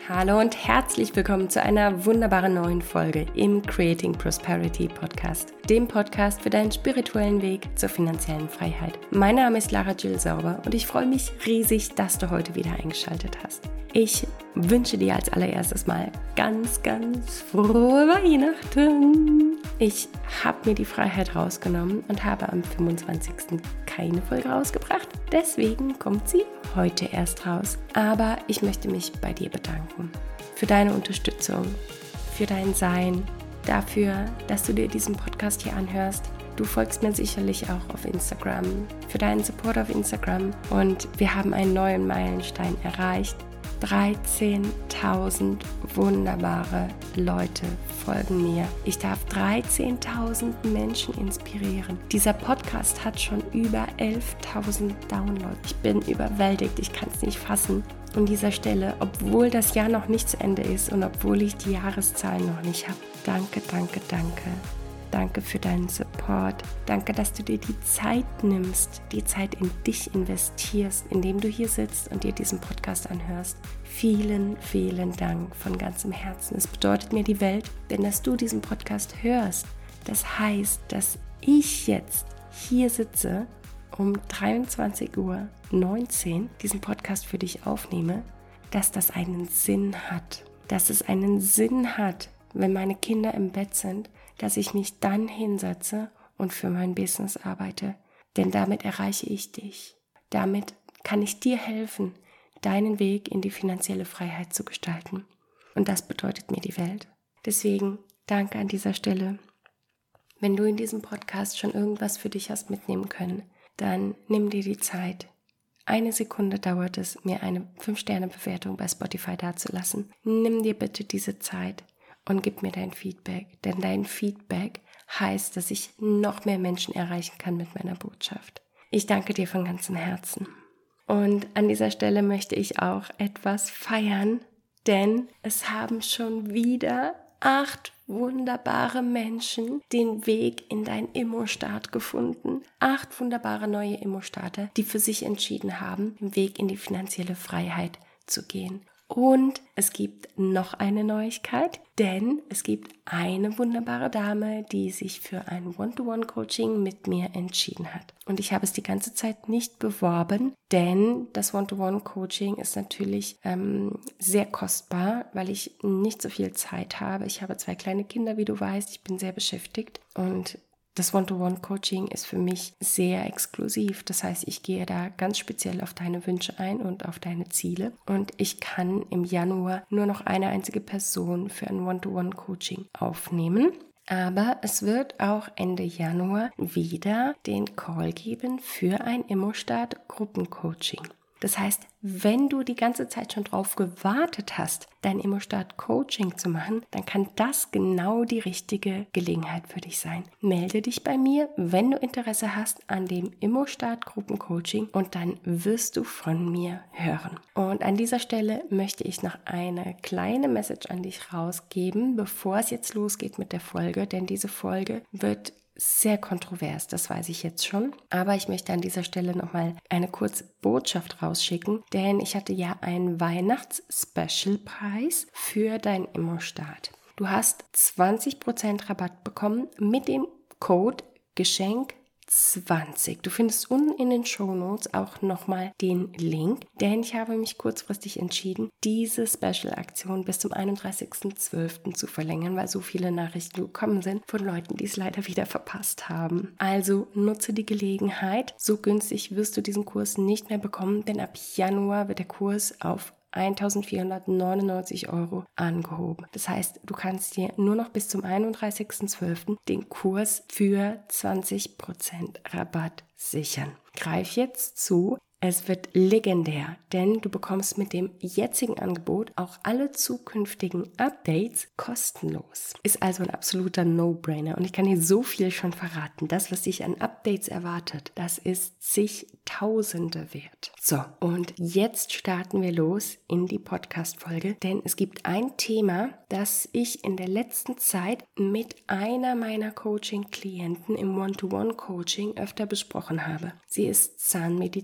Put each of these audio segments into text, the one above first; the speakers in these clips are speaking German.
Hallo und herzlich willkommen zu einer wunderbaren neuen Folge im Creating Prosperity Podcast, dem Podcast für deinen spirituellen Weg zur finanziellen Freiheit. Mein Name ist Lara Jill Sauber und ich freue mich riesig, dass du heute wieder eingeschaltet hast. Ich wünsche dir als allererstes mal ganz frohe Weihnachten. Ich habe mir die Freiheit rausgenommen und habe am 25. keine Folge rausgebracht. Deswegen kommt sie heute erst raus. Aber ich möchte mich bei dir bedanken für deine Unterstützung, für dein Sein, dafür, dass du dir diesen Podcast hier anhörst. Du folgst mir sicherlich auch auf Instagram, für deinen Support auf Instagram. Und wir haben einen neuen Meilenstein erreicht. 13.000 wunderbare Leute folgen mir. Ich darf 13.000 Menschen inspirieren. Dieser Podcast hat schon über 11.000 Downloads. Ich bin überwältigt, ich kann es nicht fassen. An dieser Stelle, obwohl das Jahr noch nicht zu Ende ist und obwohl ich die Jahreszahlen noch nicht habe, danke. Danke für deinen Support. Danke, dass du dir die Zeit nimmst, die Zeit in dich investierst, indem du hier sitzt und dir diesen Podcast anhörst. Vielen Dank von ganzem Herzen. Es bedeutet mir die Welt, denn dass du diesen Podcast hörst, das heißt, dass ich jetzt hier sitze, um 23:19 Uhr diesen Podcast für dich aufnehme, dass das einen Sinn hat. Dass es einen Sinn hat, wenn meine Kinder im Bett sind, dass ich mich dann hinsetze und für mein Business arbeite. Denn damit erreiche ich dich. Damit kann ich dir helfen, deinen Weg in die finanzielle Freiheit zu gestalten. Und das bedeutet mir die Welt. Deswegen danke an dieser Stelle. Wenn du in diesem Podcast schon irgendwas für dich hast mitnehmen können, dann nimm dir die Zeit. 1 Sekunde dauert es, mir eine 5-Sterne-Bewertung bei Spotify dazulassen. Nimm dir bitte diese Zeit und gib mir dein Feedback, denn dein Feedback heißt, dass ich noch mehr Menschen erreichen kann mit meiner Botschaft. Ich danke dir von ganzem Herzen. Und an dieser Stelle möchte ich auch etwas feiern, denn es haben schon wieder 8 wunderbare Menschen den Weg in dein Immo-Start gefunden. 8 wunderbare neue Immo-Starter, die für sich entschieden haben, den Weg in die finanzielle Freiheit zu gehen. Und es gibt noch eine Neuigkeit, denn es gibt eine wunderbare Dame, die sich für ein One-to-One-Coaching mit mir entschieden hat. Und ich habe es die ganze Zeit nicht beworben, denn das One-to-One-Coaching ist natürlich sehr kostbar, weil ich nicht so viel Zeit habe. Ich habe 2 kleine Kinder, wie du weißt, ich bin sehr beschäftigt und das One-to-One-Coaching ist für mich sehr exklusiv. Das heißt, ich gehe da ganz speziell auf deine Wünsche ein und auf deine Ziele. Und ich kann im Januar nur noch eine einzige Person für ein One-to-One-Coaching aufnehmen. Aber es wird auch Ende Januar wieder den Call geben für ein Immo-Start-Gruppencoaching. Das heißt, wenn du die ganze Zeit schon drauf gewartet hast, dein Immo-Start-Coaching zu machen, dann kann das genau die richtige Gelegenheit für dich sein. Melde dich bei mir, wenn du Interesse hast an dem Immo-Start-Gruppencoaching und dann wirst du von mir hören. Und an dieser Stelle möchte ich noch eine kleine Message an dich rausgeben, bevor es jetzt losgeht mit der Folge, denn diese Folge wird sehr kontrovers, das weiß ich jetzt schon. Aber ich möchte an dieser Stelle nochmal eine kurze Botschaft rausschicken, denn ich hatte ja einen Weihnachts-Special-Preis für deinen Immo-Start. Du hast 20% Rabatt bekommen mit dem Code GESCHENK20. Du findest unten in den Shownotes auch nochmal den Link, denn ich habe mich kurzfristig entschieden, diese Special-Aktion bis zum 31.12. zu verlängern, weil so viele Nachrichten gekommen sind von Leuten, die es leider wieder verpasst haben. Also nutze die Gelegenheit, so günstig wirst du diesen Kurs nicht mehr bekommen, denn ab Januar wird der Kurs auf 1.499 € angehoben. Das heißt, du kannst dir nur noch bis zum 31.12. den Kurs für 20% Rabatt sichern. Greif jetzt zu. Es wird legendär, denn du bekommst mit dem jetzigen Angebot auch alle zukünftigen Updates kostenlos. Ist also ein absoluter No-Brainer und ich kann dir so viel schon verraten. Das, was dich an Updates erwartet, das ist zigtausende wert. So, und jetzt starten wir los in die Podcast-Folge, denn es gibt ein Thema, das ich in der letzten Zeit mit einer meiner Coaching-Klienten im One-to-One-Coaching öfter besprochen habe. Sie ist Zahnmedizinerin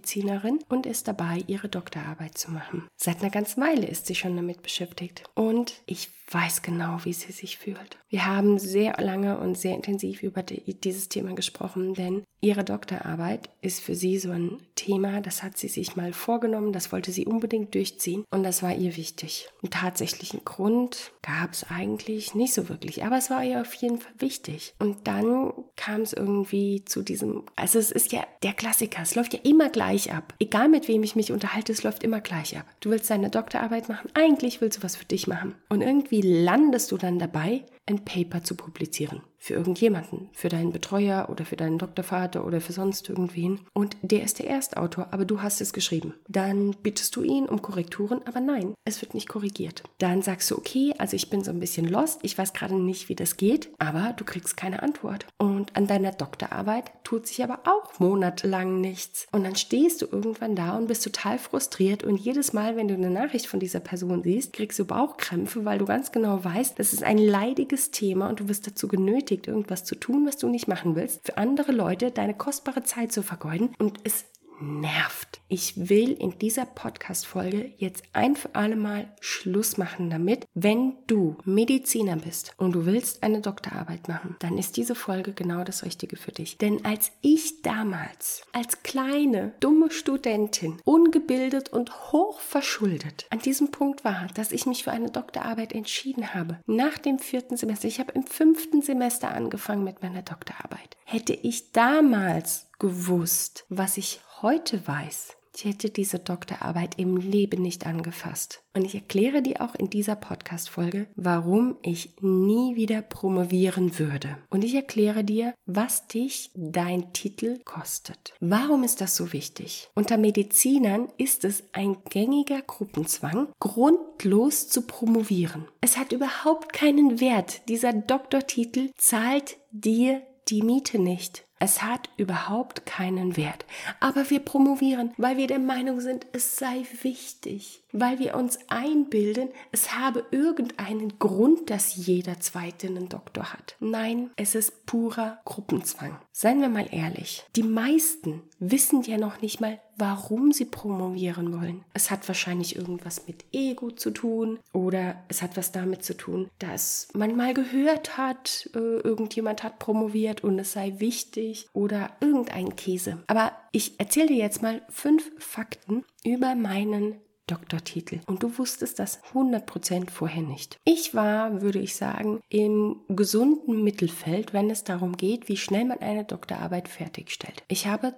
Studentin und ist dabei, ihre Doktorarbeit zu machen. Seit einer ganzen Weile ist sie schon damit beschäftigt. Und ich weiß genau, wie sie sich fühlt. Wir haben sehr lange und sehr intensiv über dieses Thema gesprochen, denn ihre Doktorarbeit ist für sie so ein Thema, das hat sie sich mal vorgenommen, das wollte sie unbedingt durchziehen und das war ihr wichtig. Einen tatsächlichen Grund gab es eigentlich nicht so wirklich, aber es war ihr auf jeden Fall wichtig. Und dann kam es irgendwie zu diesem, also es ist ja der Klassiker, es läuft ja immer gleich ab. Egal mit wem ich mich unterhalte, es läuft immer gleich ab. Du willst deine Doktorarbeit machen, eigentlich willst du was für dich machen. Und irgendwie landest du dann dabei, ein Paper zu publizieren. Für irgendjemanden, für deinen Betreuer oder für deinen Doktorvater oder für sonst irgendwen. Und der ist der Erstautor, aber du hast es geschrieben. Dann bittest du ihn um Korrekturen, aber nein, es wird nicht korrigiert. Dann sagst du, okay, also ich bin so ein bisschen lost, ich weiß gerade nicht, wie das geht, aber du kriegst keine Antwort. Und an deiner Doktorarbeit tut sich aber auch monatelang nichts. Und dann stehst du irgendwann da und bist total frustriert und jedes Mal, wenn du eine Nachricht von dieser Person siehst, kriegst du Bauchkrämpfe, weil du ganz genau weißt, das ist ein leidiges Thema und du wirst dazu genötigt, irgendwas zu tun, was du nicht machen willst, für andere Leute deine kostbare Zeit zu vergeuden und es nervt. Ich will in dieser Podcast-Folge jetzt ein für alle Mal Schluss machen damit, wenn du Mediziner bist und du willst eine Doktorarbeit machen, dann ist diese Folge genau das Richtige für dich. Denn als ich damals als kleine, dumme Studentin, ungebildet und hochverschuldet an diesem Punkt war, dass ich mich für eine Doktorarbeit entschieden habe, nach dem 4. Semester, ich habe im 5. Semester angefangen mit meiner Doktorarbeit, hätte ich damals gewusst, was ich heute weiß, ich hätte diese Doktorarbeit im Leben nicht angefasst. Und ich erkläre dir auch in dieser Podcast-Folge, warum ich nie wieder promovieren würde. Und ich erkläre dir, was dich dein Titel kostet. Warum ist das so wichtig? Unter Medizinern ist es ein gängiger Gruppenzwang, grundlos zu promovieren. Es hat überhaupt keinen Wert. Dieser Doktortitel zahlt dir die Miete nicht. Es hat überhaupt keinen Wert. Aber wir promovieren, weil wir der Meinung sind, es sei wichtig. Weil wir uns einbilden, es habe irgendeinen Grund, dass jeder Zweite einen Doktor hat. Nein, es ist purer Gruppenzwang. Seien wir mal ehrlich, die meisten wissen ja noch nicht mal, warum sie promovieren wollen. Es hat wahrscheinlich irgendwas mit Ego zu tun oder es hat was damit zu tun, dass man mal gehört hat, irgendjemand hat promoviert und es sei wichtig oder irgendein Käse. Aber ich erzähle dir jetzt mal 5 Fakten über meinen Doktortitel. Und du wusstest das 100% vorher nicht. Ich war, würde ich sagen, im gesunden Mittelfeld, wenn es darum geht, wie schnell man eine Doktorarbeit fertigstellt. Ich habe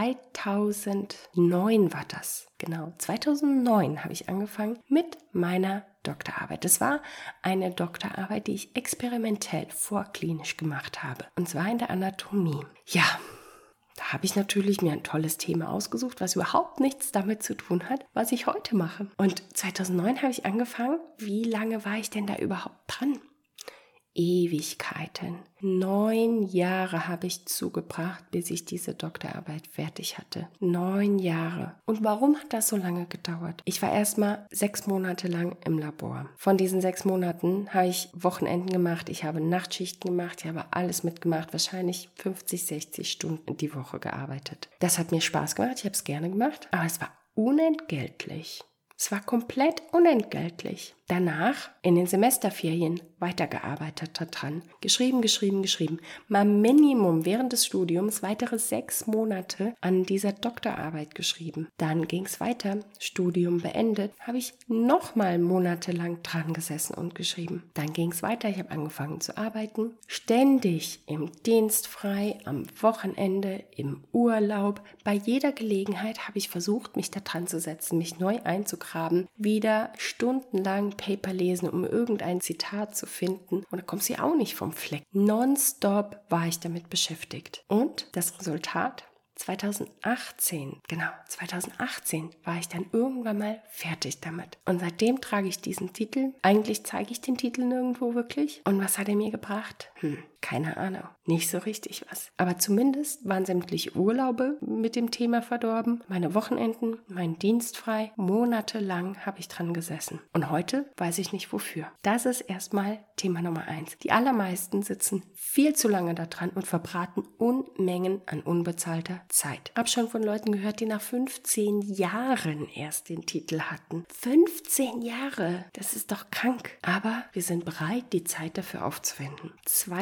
2009 war das. Genau, 2009 habe ich angefangen mit meiner Doktorarbeit. Das war eine Doktorarbeit, die ich experimentell vorklinisch gemacht habe. Und zwar in der Anatomie. Ja, da habe ich natürlich mir ein tolles Thema ausgesucht, was überhaupt nichts damit zu tun hat, was ich heute mache. Und 2009 habe ich angefangen. Wie lange war ich denn da überhaupt dran? Ewigkeiten. 9 Jahre habe ich zugebracht, bis ich diese Doktorarbeit fertig hatte. 9 Jahre. Und warum hat das so lange gedauert? Ich war erstmal 6 Monate lang im Labor. Von diesen 6 Monaten habe ich Wochenenden gemacht, ich habe Nachtschichten gemacht, ich habe alles mitgemacht, wahrscheinlich 50, 60 Stunden die Woche gearbeitet. Das hat mir Spaß gemacht, ich habe es gerne gemacht, aber es war unentgeltlich. Es war komplett unentgeltlich. Danach in den Semesterferien weitergearbeitet daran. Geschrieben. Mal Minimum während des Studiums weitere 6 Monate an dieser Doktorarbeit geschrieben. Dann ging es weiter. Studium beendet. Habe ich nochmal monatelang dran gesessen und geschrieben. Dann ging es weiter. Ich habe angefangen zu arbeiten. Ständig im Dienst frei, am Wochenende, im Urlaub. Bei jeder Gelegenheit habe ich versucht, mich da dran zu setzen, mich neu einzugraben. Wieder stundenlang Paper lesen, um irgendein Zitat zu finden. Und da kommst du auch nicht vom Fleck. Nonstop war ich damit beschäftigt. Und das Resultat? 2018 war ich dann irgendwann mal fertig damit. Und seitdem trage ich diesen Titel. Eigentlich zeige ich den Titel nirgendwo wirklich. Und was hat er mir gebracht? Keine Ahnung, nicht so richtig was. Aber zumindest waren sämtliche Urlaube mit dem Thema verdorben, meine Wochenenden, mein Dienst frei. Monatelang habe ich dran gesessen. Und heute weiß ich nicht wofür. Das ist erstmal Thema Nummer 1. Die allermeisten sitzen viel zu lange da dran und verbraten Unmengen an unbezahlter Zeit. Ich habe schon von Leuten gehört, die nach 15 Jahren erst den Titel hatten. 15 Jahre, das ist doch krank. Aber wir sind bereit, die Zeit dafür aufzuwenden.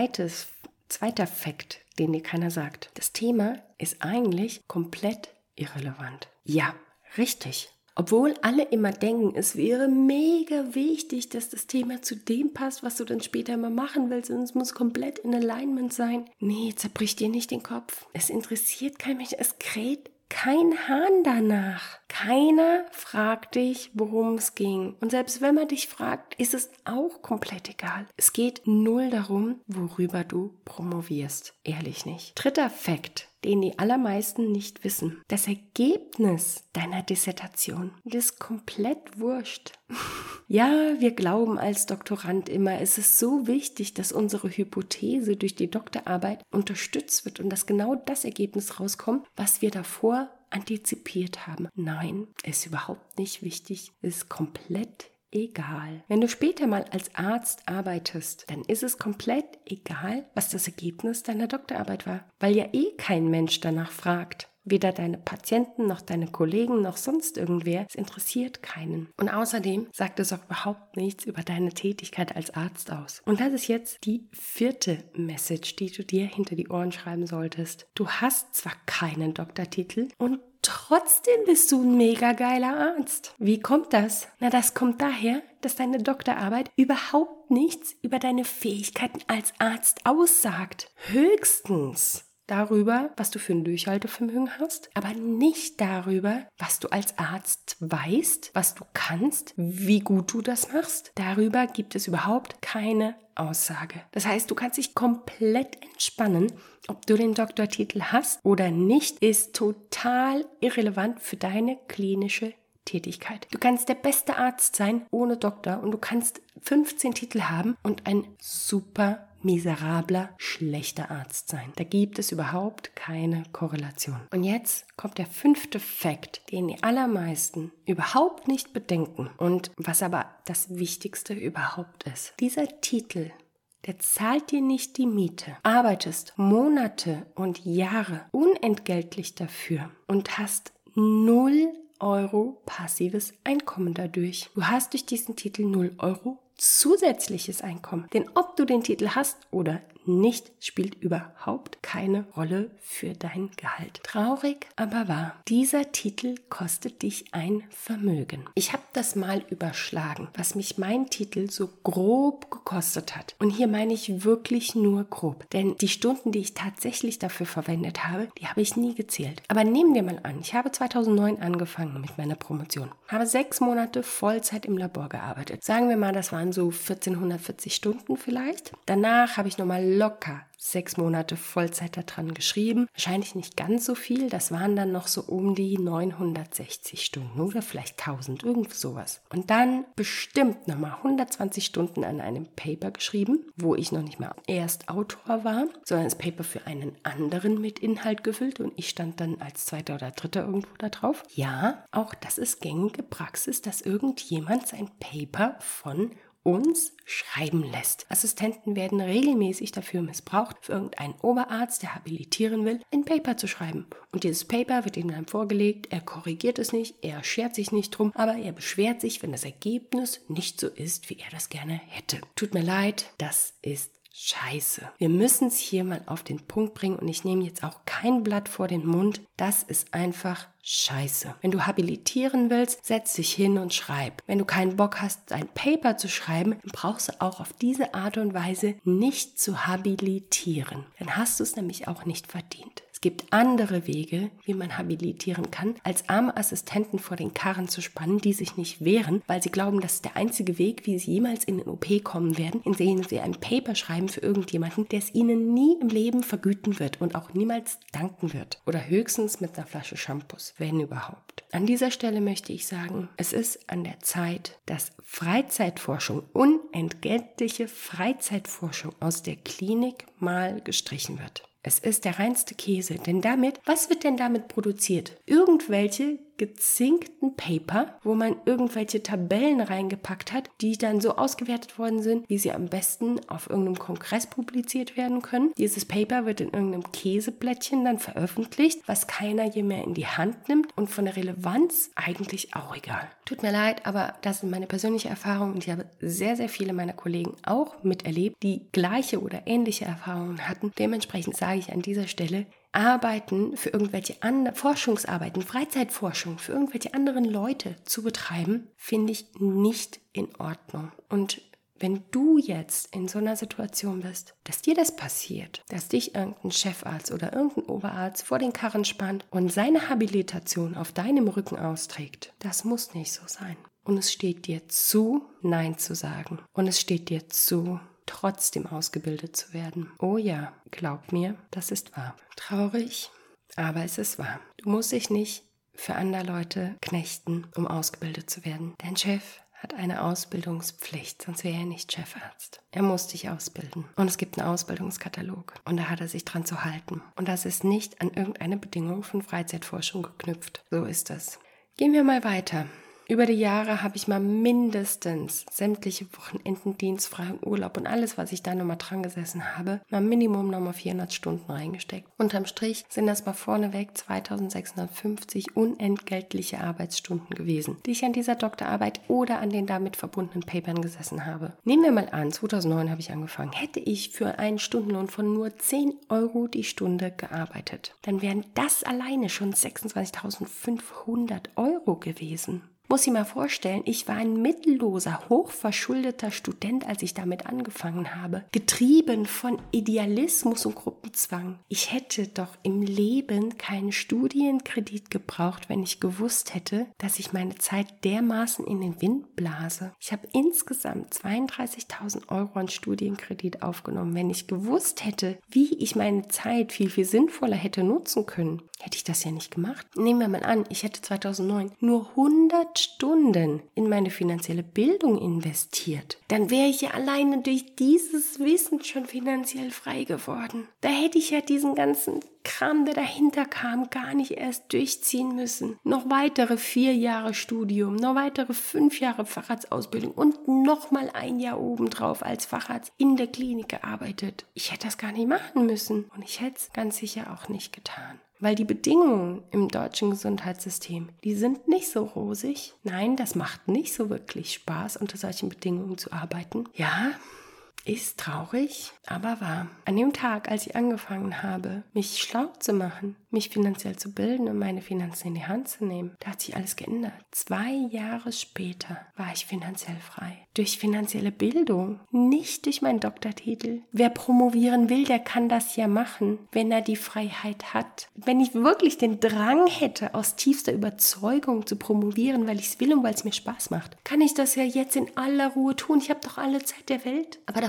Zweiter Fakt, den dir keiner sagt. Das Thema ist eigentlich komplett irrelevant. Ja, richtig. Obwohl alle immer denken, es wäre mega wichtig, dass das Thema zu dem passt, was du dann später mal machen willst, und es muss komplett in Alignment sein. Nee, zerbrich dir nicht den Kopf. Es interessiert kein Mensch, es kräht kein Hahn danach. Keiner fragt dich, worum es ging. Und selbst wenn man dich fragt, ist es auch komplett egal. Es geht null darum, worüber du promovierst. Ehrlich nicht. Dritter Fakt, den die allermeisten nicht wissen. Das Ergebnis deiner Dissertation ist komplett wurscht. Ja, wir glauben als Doktorand immer, es ist so wichtig, dass unsere Hypothese durch die Doktorarbeit unterstützt wird und dass genau das Ergebnis rauskommt, was wir davor antizipiert haben. Nein, ist überhaupt nicht wichtig, ist komplett egal. Wenn du später mal als Arzt arbeitest, dann ist es komplett egal, was das Ergebnis deiner Doktorarbeit war, weil ja kein Mensch danach fragt. Weder deine Patienten, noch deine Kollegen, noch sonst irgendwer. Es interessiert keinen. Und außerdem sagt es auch überhaupt nichts über deine Tätigkeit als Arzt aus. Und das ist jetzt die 4. Message, die du dir hinter die Ohren schreiben solltest. Du hast zwar keinen Doktortitel und trotzdem bist du ein mega geiler Arzt. Wie kommt das? Na, das kommt daher, dass deine Doktorarbeit überhaupt nichts über deine Fähigkeiten als Arzt aussagt. Höchstens darüber, was du für ein Durchhaltevermögen hast, aber nicht darüber, was du als Arzt weißt, was du kannst, wie gut du das machst. Darüber gibt es überhaupt keine Aussage. Das heißt, du kannst dich komplett entspannen. Ob du den Doktortitel hast oder nicht, ist total irrelevant für deine klinische Tätigkeit. Du kannst der beste Arzt sein ohne Doktor und du kannst 15 Titel haben und ein super miserabler, schlechter Arzt sein. Da gibt es überhaupt keine Korrelation. Und jetzt kommt der 5. Fakt, den die allermeisten überhaupt nicht bedenken und was aber das Wichtigste überhaupt ist. Dieser Titel, der zahlt dir nicht die Miete. Arbeitest Monate und Jahre unentgeltlich dafür und hast 0 Euro passives Einkommen dadurch. Du hast durch diesen Titel 0 Euro zusätzliches Einkommen. Denn ob du den Titel hast oder nicht, spielt überhaupt keine Rolle für dein Gehalt. Traurig, aber wahr. Dieser Titel kostet dich ein Vermögen. Ich habe das mal überschlagen, was mich mein Titel so grob gekostet hat. Und hier meine ich wirklich nur grob. Denn die Stunden, die ich tatsächlich dafür verwendet habe, die habe ich nie gezählt. Aber nehmen wir mal an, ich habe 2009 angefangen mit meiner Promotion. Habe 6 Monate Vollzeit im Labor gearbeitet. Sagen wir mal, das waren so 1440 Stunden vielleicht. Danach habe ich nochmal locker 6 Monate Vollzeit daran geschrieben. Wahrscheinlich nicht ganz so viel. Das waren dann noch so um die 960 Stunden oder vielleicht 1000, irgend sowas. Und dann bestimmt nochmal 120 Stunden an einem Paper geschrieben, wo ich noch nicht mal erst Autor war, sondern das Paper für einen anderen mit Inhalt gefüllt und ich stand dann als 2. oder 3. irgendwo da drauf. Ja, auch das ist gängige Praxis, dass irgendjemand sein Paper von uns schreiben lässt. Assistenten werden regelmäßig dafür missbraucht, für irgendeinen Oberarzt, der habilitieren will, ein Paper zu schreiben. Und dieses Paper wird ihm dann vorgelegt, er korrigiert es nicht, er schert sich nicht drum, aber er beschwert sich, wenn das Ergebnis nicht so ist, wie er das gerne hätte. Tut mir leid, das ist Scheiße. Wir müssen es hier mal auf den Punkt bringen und ich nehme jetzt auch kein Blatt vor den Mund. Das ist einfach Scheiße. Wenn du habilitieren willst, setz dich hin und schreib. Wenn du keinen Bock hast, ein Paper zu schreiben, dann brauchst du auch auf diese Art und Weise nicht zu habilitieren. Dann hast du es nämlich auch nicht verdient. Es gibt andere Wege, wie man habilitieren kann, als arme Assistenten vor den Karren zu spannen, die sich nicht wehren, weil sie glauben, das ist der einzige Weg, wie sie jemals in den OP kommen werden, indem sie ein Paper schreiben für irgendjemanden, der es ihnen nie im Leben vergüten wird und auch niemals danken wird. Oder höchstens mit einer Flasche Shampoos, wenn überhaupt. An dieser Stelle möchte ich sagen, es ist an der Zeit, dass Freizeitforschung, unentgeltliche Freizeitforschung aus der Klinik mal gestrichen wird. Es ist der reinste Käse, denn was wird denn damit produziert? Irgendwelche gezinkten Paper, wo man irgendwelche Tabellen reingepackt hat, die dann so ausgewertet worden sind, wie sie am besten auf irgendeinem Kongress publiziert werden können. Dieses Paper wird in irgendeinem Käseblättchen dann veröffentlicht, was keiner je mehr in die Hand nimmt und von der Relevanz eigentlich auch egal. Tut mir leid, aber das ist meine persönliche Erfahrung und ich habe sehr, sehr viele meiner Kollegen auch miterlebt, die gleiche oder ähnliche Erfahrungen hatten. Dementsprechend sage ich an dieser Stelle, Arbeiten für irgendwelche Forschungsarbeiten, Freizeitforschung für irgendwelche anderen Leute zu betreiben, finde ich nicht in Ordnung. Und wenn du jetzt in so einer Situation bist, dass dir das passiert, dass dich irgendein Chefarzt oder irgendein Oberarzt vor den Karren spannt und seine Habilitation auf deinem Rücken austrägt, das muss nicht so sein. Und es steht dir zu, Nein zu sagen. Und es steht dir zu, trotzdem ausgebildet zu werden. Oh ja, glaub mir, das ist wahr. Traurig, aber es ist wahr. Du musst dich nicht für andere Leute knechten, um ausgebildet zu werden. Dein Chef hat eine Ausbildungspflicht, sonst wäre er nicht Chefarzt. Er muss dich ausbilden. Und es gibt einen Ausbildungskatalog. Und da hat er sich dran zu halten. Und das ist nicht an irgendeine Bedingung von Freizeitforschung geknüpft. So ist das. Gehen wir mal weiter. Über die Jahre habe ich mal mindestens sämtliche Wochenenden, dienstfreien Urlaub und alles, was ich da nochmal dran gesessen habe, mal Minimum nochmal 400 Stunden reingesteckt. Unterm Strich sind das mal vorneweg 2650 unentgeltliche Arbeitsstunden gewesen, die ich an dieser Doktorarbeit oder an den damit verbundenen Papern gesessen habe. Nehmen wir mal an, 2009 habe ich angefangen. Hätte ich für einen Stundenlohn von nur 10 Euro die Stunde gearbeitet, dann wären das alleine schon 26.500 Euro gewesen. Muss ich mal vorstellen, ich war ein mittelloser, hochverschuldeter Student, als ich damit angefangen habe. Getrieben von Idealismus und Gruppenzwang. Ich hätte doch im Leben keinen Studienkredit gebraucht, wenn ich gewusst hätte, dass ich meine Zeit dermaßen in den Wind blase. Ich habe insgesamt 32.000 Euro an Studienkredit aufgenommen. Wenn ich gewusst hätte, wie ich meine Zeit viel, viel sinnvoller hätte nutzen können, hätte ich das ja nicht gemacht. Nehmen wir mal an, ich hätte 2009 nur 100 Stunden in meine finanzielle Bildung investiert. Dann wäre ich ja alleine durch dieses Wissen schon finanziell frei geworden. Da hätte ich ja diesen ganzen Kram, der dahinter kam, gar nicht erst durchziehen müssen. Noch weitere 4 Jahre Studium, noch weitere 5 Jahre Facharztausbildung und nochmal 1 Jahr obendrauf als Facharzt in der Klinik gearbeitet. Ich hätte das gar nicht machen müssen und ich hätte es ganz sicher auch nicht getan. Weil die Bedingungen im deutschen Gesundheitssystem, die sind nicht so rosig. Nein, das macht nicht so wirklich Spaß, unter solchen Bedingungen zu arbeiten. Ja, ist traurig, aber wahr. An dem Tag, als ich angefangen habe, mich schlau zu machen, mich finanziell zu bilden und meine Finanzen in die Hand zu nehmen, da hat sich alles geändert. 2 Jahre später war ich finanziell frei. Durch finanzielle Bildung, nicht durch meinen Doktortitel. Wer promovieren will, der kann das ja machen, wenn er die Freiheit hat. Wenn ich wirklich den Drang hätte, aus tiefster Überzeugung zu promovieren, weil ich es will und weil es mir Spaß macht, kann ich das ja jetzt in aller Ruhe tun. Ich habe doch alle Zeit der Welt. Aber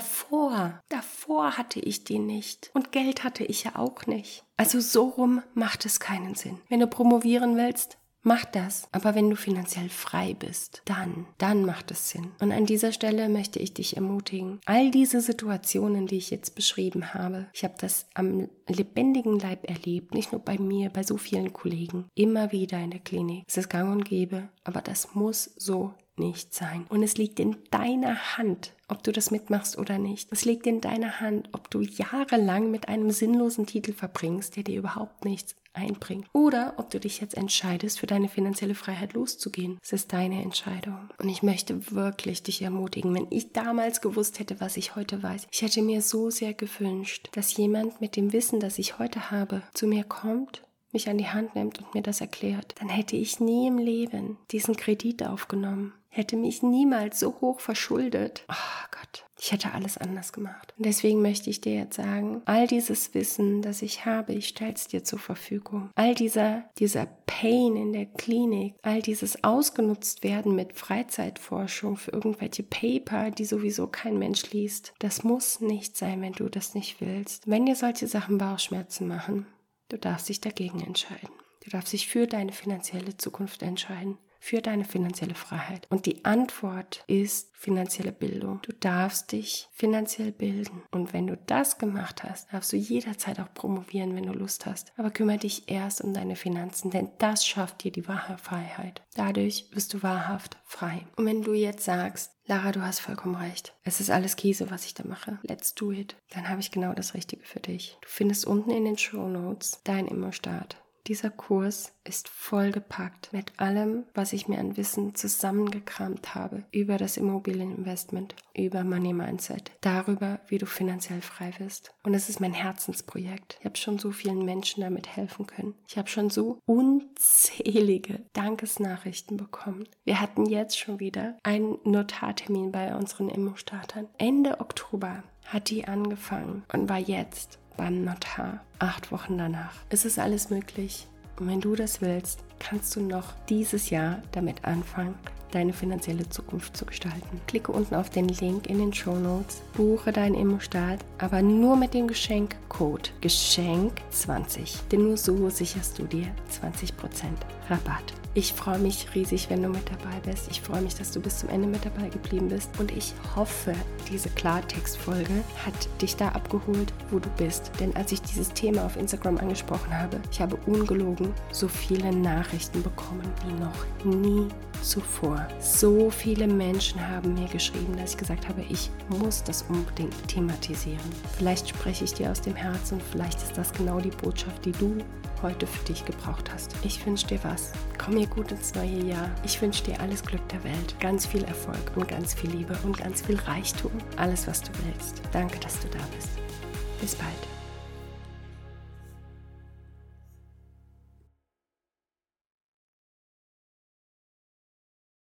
davor hatte ich die nicht. Und Geld hatte ich ja auch nicht. Also so rum macht es keinen Sinn. Wenn du promovieren willst, mach das. Aber wenn du finanziell frei bist, dann macht es Sinn. Und an dieser Stelle möchte ich dich ermutigen, all diese Situationen, die ich jetzt beschrieben habe, ich habe das am lebendigen Leib erlebt, nicht nur bei mir, bei so vielen Kollegen, immer wieder in der Klinik. Es ist gang und gäbe, aber das muss so nicht sein. Und es liegt in deiner Hand, ob du das mitmachst oder nicht. Es liegt in deiner Hand, ob du jahrelang mit einem sinnlosen Titel verbringst, der dir überhaupt nichts einbringt. Oder ob du dich jetzt entscheidest, für deine finanzielle Freiheit loszugehen. Es ist deine Entscheidung. Und ich möchte wirklich dich ermutigen, wenn ich damals gewusst hätte, was ich heute weiß, ich hätte mir so sehr gewünscht, dass jemand mit dem Wissen, das ich heute habe, zu mir kommt, mich an die Hand nimmt und mir das erklärt. Dann hätte ich nie im Leben diesen Kredit aufgenommen. hätte mich niemals so hoch verschuldet. Oh Gott, ich hätte alles anders gemacht. Und deswegen möchte ich dir jetzt sagen, all dieses Wissen, das ich habe, ich stelle es dir zur Verfügung. All dieser Pain in der Klinik, all dieses ausgenutzt werden mit Freizeitforschung für irgendwelche Paper, die sowieso kein Mensch liest, das muss nicht sein, wenn du das nicht willst. Wenn dir solche Sachen Bauchschmerzen machen, du darfst dich dagegen entscheiden. Du darfst dich für deine finanzielle Zukunft entscheiden, für deine finanzielle Freiheit. Und die Antwort ist finanzielle Bildung. Du darfst dich finanziell bilden. Und wenn du das gemacht hast, darfst du jederzeit auch promovieren, wenn du Lust hast. Aber kümmere dich erst um deine Finanzen, denn das schafft dir die wahre Freiheit. Dadurch wirst du wahrhaft frei. Und wenn du jetzt sagst, Lara, du hast vollkommen recht. Es ist alles Käse, was ich da mache. Let's do it. Dann habe ich genau das Richtige für dich. Du findest unten in den Shownotes dein Immostart. Dieser Kurs ist vollgepackt mit allem, was ich mir an Wissen zusammengekramt habe über das Immobilieninvestment, über Money Mindset, darüber, wie du finanziell frei wirst. Und es ist mein Herzensprojekt. Ich habe schon so vielen Menschen damit helfen können. Ich habe schon so unzählige Dankesnachrichten bekommen. Wir hatten jetzt schon wieder einen Notartermin bei unseren Immostartern. Ende Oktober hat die angefangen und war jetzt beim Notar 8 Wochen danach. Es ist alles möglich. Und wenn du das willst, kannst du noch dieses Jahr damit anfangen, deine finanzielle Zukunft zu gestalten. Klicke unten auf den Link in den Shownotes, buche deinen Immostart, aber nur mit dem Geschenkcode GESCHENK20. Denn nur so sicherst du dir 20% Rabatt. Ich freue mich riesig, wenn du mit dabei bist. Ich freue mich, dass du bis zum Ende mit dabei geblieben bist. Und ich hoffe, diese Klartextfolge hat dich da abgeholt, wo du bist. Denn als ich dieses Thema auf Instagram angesprochen habe, ich habe ungelogen so viele Nachrichten bekommen wie noch nie zuvor. So viele Menschen haben mir geschrieben, dass ich gesagt habe, ich muss das unbedingt thematisieren. Vielleicht spreche ich dir aus dem Herzen und vielleicht ist das genau die Botschaft, die du heute für dich gebraucht hast. Ich wünsche dir was. Komm hier gut ins neue Jahr. Ich wünsche dir alles Glück der Welt, ganz viel Erfolg und ganz viel Liebe und ganz viel Reichtum. Alles, was du willst. Danke, dass du da bist. Bis bald.